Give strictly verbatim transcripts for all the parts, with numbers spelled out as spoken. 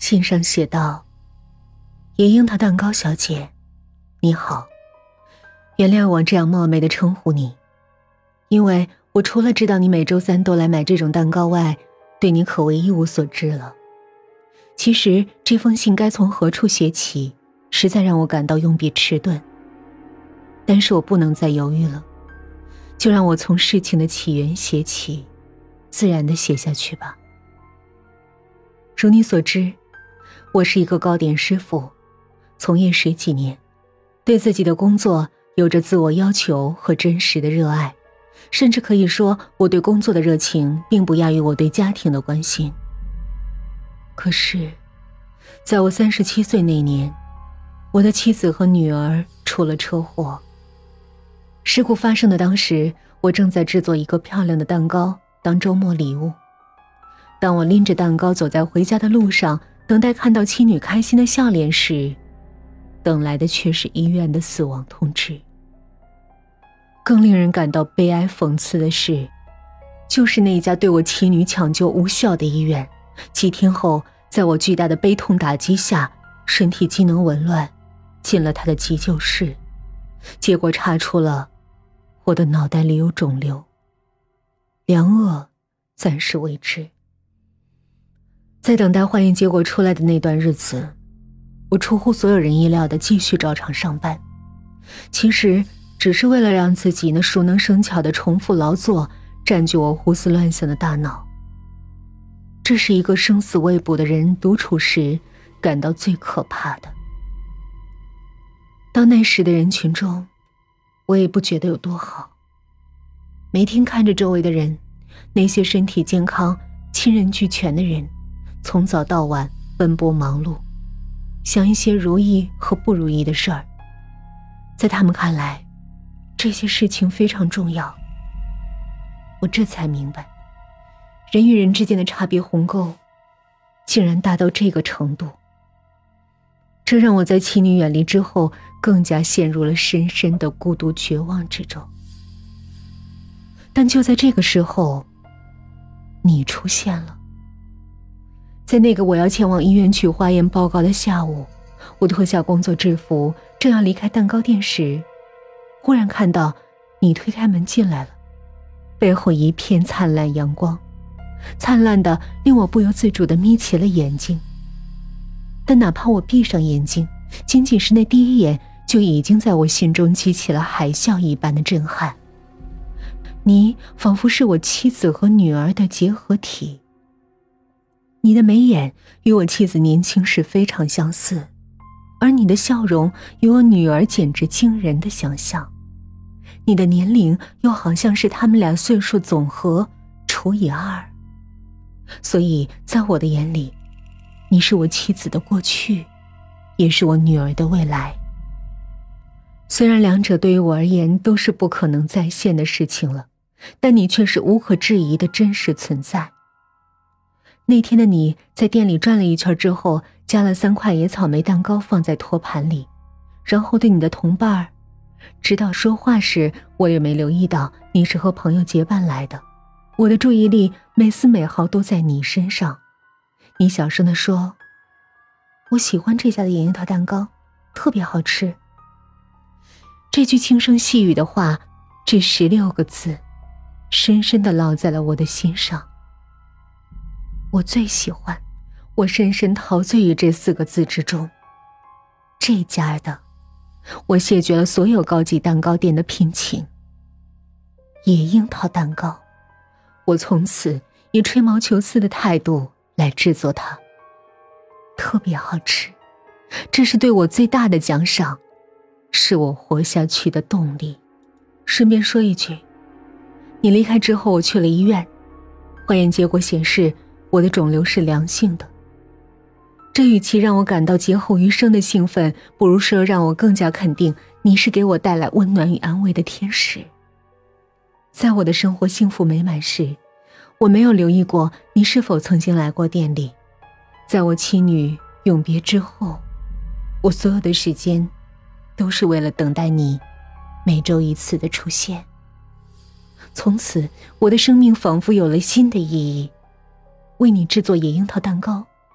信上写道：野樱桃蛋糕小姐，你好，原谅我这样冒昧地称呼你，因为我除了知道你每周三都来买这种蛋糕外，对你可谓一无所知了。其实这封信该从何处写起，实在让我感到用笔迟钝，但是我不能再犹豫了，就让我从事情的起源写起，自然地写下去吧。如你所知，我是一个糕点师傅，从业十几年，对自己的工作有着自我要求和真实的热爱，甚至可以说我对工作的热情并不亚于我对家庭的关心。可是在我三十七岁那年，我的妻子和女儿出了车祸。事故发生的当时，我正在制作一个漂亮的蛋糕当周末礼物。当我拎着蛋糕走在回家的路上，等待看到妻女开心的笑脸时，等来的却是医院的死亡通知。更令人感到悲哀讽刺的是，就是那家对我妻女抢救无效的医院，几天后在我巨大的悲痛打击下，身体机能紊乱，进了他的急救室，结果查出了我的脑袋里有肿瘤，良恶暂时未知。在等待化验结果出来的那段日子，我出乎所有人意料地继续照常上班，其实只是为了让自己那熟能生巧的重复劳作占据我胡思乱想的大脑。这是一个生死未卜的人独处时感到最可怕的。到那时的人群中，我也不觉得有多好，每天看着周围的人，那些身体健康、亲人俱全的人，从早到晚奔波忙碌，想一些如意和不如意的事儿。在他们看来，这些事情非常重要。我这才明白，人与人之间的差别鸿沟竟然大到这个程度。这让我在妻女远离之后，更加陷入了深深的孤独绝望之中。但就在这个时候，你出现了。在那个我要前往医院取化验报告的下午，我脱下工作制服，正要离开蛋糕店时，忽然看到你推开门进来了，背后一片灿烂阳光，灿烂的令我不由自主地眯起了眼睛。但哪怕我闭上眼睛，仅仅是那第一眼，就已经在我心中激起了海啸一般的震撼。你仿佛是我妻子和女儿的结合体。你的眉眼与我妻子年轻时非常相似，而你的笑容与我女儿简直惊人的想象。你的年龄又好像是他们俩岁数总和除以二。所以在我的眼里，你是我妻子的过去，也是我女儿的未来。虽然两者对于我而言都是不可能再现的事情了，但你却是无可置疑的真实存在。那天的你在店里转了一圈之后，加了三块野草莓蛋糕放在托盘里，然后对你的同伴儿，直到说话时，我也没留意到你是和朋友结伴来的。我的注意力每丝每毫都在你身上。你小声地说：我喜欢这家的野樱桃蛋糕，特别好吃。这句轻声细语的话，这十六个字，深深地烙在了我的心上。我最喜欢，我深深陶醉于这四个字之中。这家的，我谢绝了所有高级蛋糕店的聘请。野樱桃蛋糕，我从此以吹毛求疵的态度来制作它，特别好吃，这是对我最大的奖赏，是我活下去的动力。顺便说一句，你离开之后，我去了医院，化验结果显示我的肿瘤是良性的。这与其让我感到劫后余生的兴奋，不如说让我更加肯定你是给我带来温暖与安慰的天使。在我的生活幸福美满时，我没有留意过你是否曾经来过店里。在我妻女永别之后，我所有的时间都是为了等待你每周一次的出现。从此，我的生命仿佛有了新的意义。为你制作野樱桃蛋糕，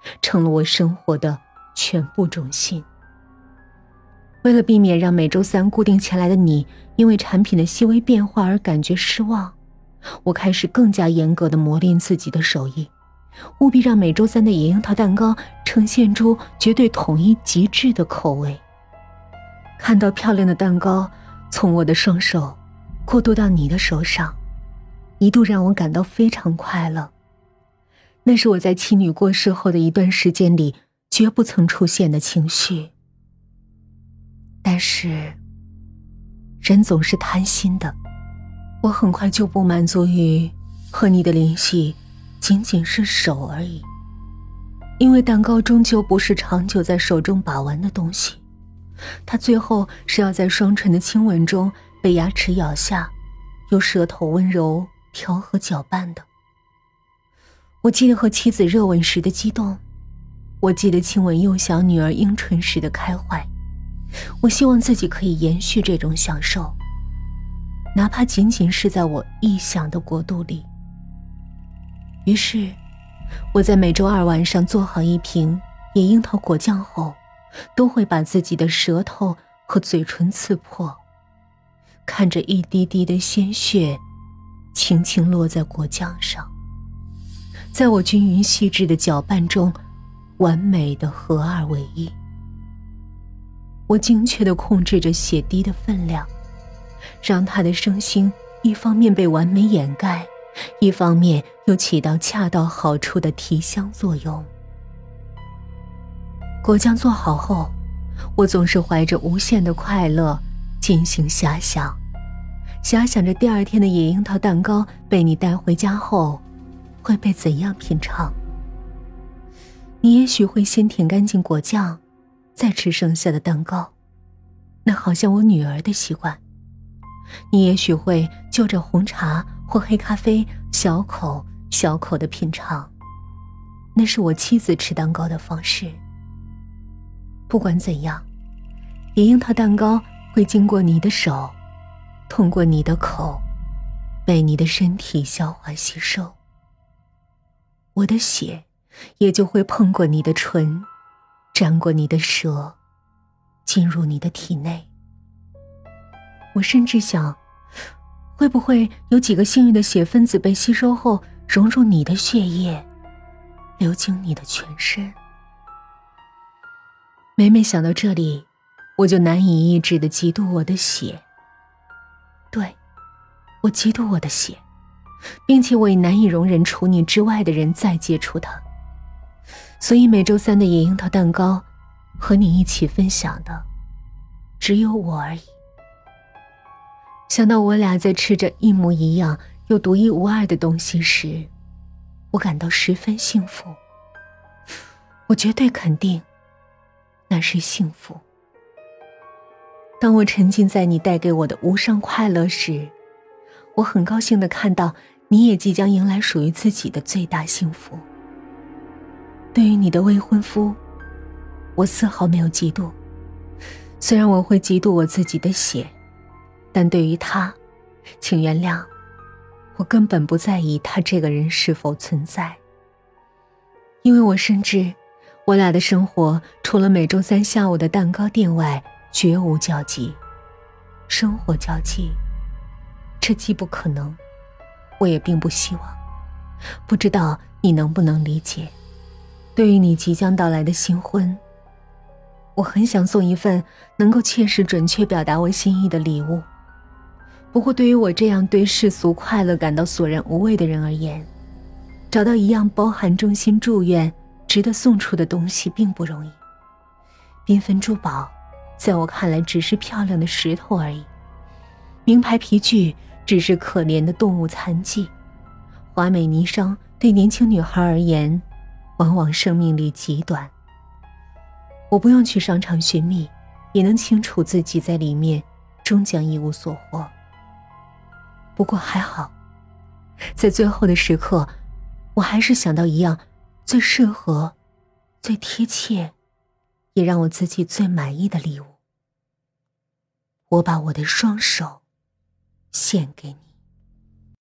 成了我生活的全部中心。为了避免让每周三固定起来的你因为产品的细微变化而感觉失望，我开始更加严格地磨练自己的手艺，务必让每周三的野樱桃蛋糕呈现出绝对统一极致的口味。看到漂亮的蛋糕从我的双手过渡到你的手上，一度让我感到非常快乐。那是我在妻女过世后的一段时间里绝不曾出现的情绪。但是人总是贪心的，我很快就不满足于和你的联系仅仅是手而已，因为蛋糕终究不是长久在手中把玩的东西，它最后是要在双唇的亲吻中被牙齿咬下，由舌头温柔调和搅拌的。我记得和妻子热吻时的激动，我记得亲吻幼小女儿樱唇时的开怀，我希望自己可以延续这种享受，哪怕仅仅是在我臆想的国度里。于是我在每周二晚上做好一瓶野樱桃果酱后，都会把自己的舌头和嘴唇刺破，看着一滴滴的鲜血轻轻落在果酱上，在我均匀细致的搅拌中完美的合二为一。我精确地控制着血滴的分量，让它的声腥一方面被完美掩盖，一方面又起到恰到好处的提香作用。果酱做好后，我总是怀着无限的快乐进行遐想，遐想着第二天的野樱桃蛋糕被你带回家后会被怎样品尝。你也许会先舔干净果酱，再吃剩下的蛋糕，那好像我女儿的习惯。你也许会就着红茶或黑咖啡小口小口地品尝，那是我妻子吃蛋糕的方式。不管怎样，野樱桃蛋糕会经过你的手，通过你的口，被你的身体消化吸收。我的血也就会碰过你的唇，沾过你的舌，进入你的体内。我甚至想，会不会有几个幸运的血分子被吸收后融入你的血液，流经你的全身。每每想到这里，我就难以抑制地嫉妒我的血。对，我嫉妒我的血，并且我也难以容忍除你之外的人再接触它。所以每周三的野樱桃蛋糕和你一起分享的只有我而已。想到我俩在吃着一模一样又独一无二的东西时，我感到十分幸福。我绝对肯定那是幸福。当我沉浸在你带给我的无上快乐时，我很高兴地看到你也即将迎来属于自己的最大幸福。对于你的未婚夫，我丝毫没有嫉妒，虽然我会嫉妒我自己的血，但对于他，请原谅，我根本不在意他这个人是否存在。因为我深知，我俩的生活除了每周三下午的蛋糕店外，绝无交集。生活交集，这既不可能，我也并不希望。不知道你能不能理解？对于你即将到来的新婚，我很想送一份能够切实准确表达我心意的礼物。不过对于我这样对世俗快乐感到索然无味的人而言，找到一样包含衷心祝愿值得送出的东西并不容易。缤纷珠宝在我看来只是漂亮的石头而已，名牌皮具只是可怜的动物残疾，华美霓裳对年轻女孩而言往往生命力极短。我不用去商场寻觅，也能清楚自己在里面终将一无所获。不过还好，在最后的时刻，我还是想到一样最适合、最贴切，也让我自己最满意的礼物。我把我的双手献给你。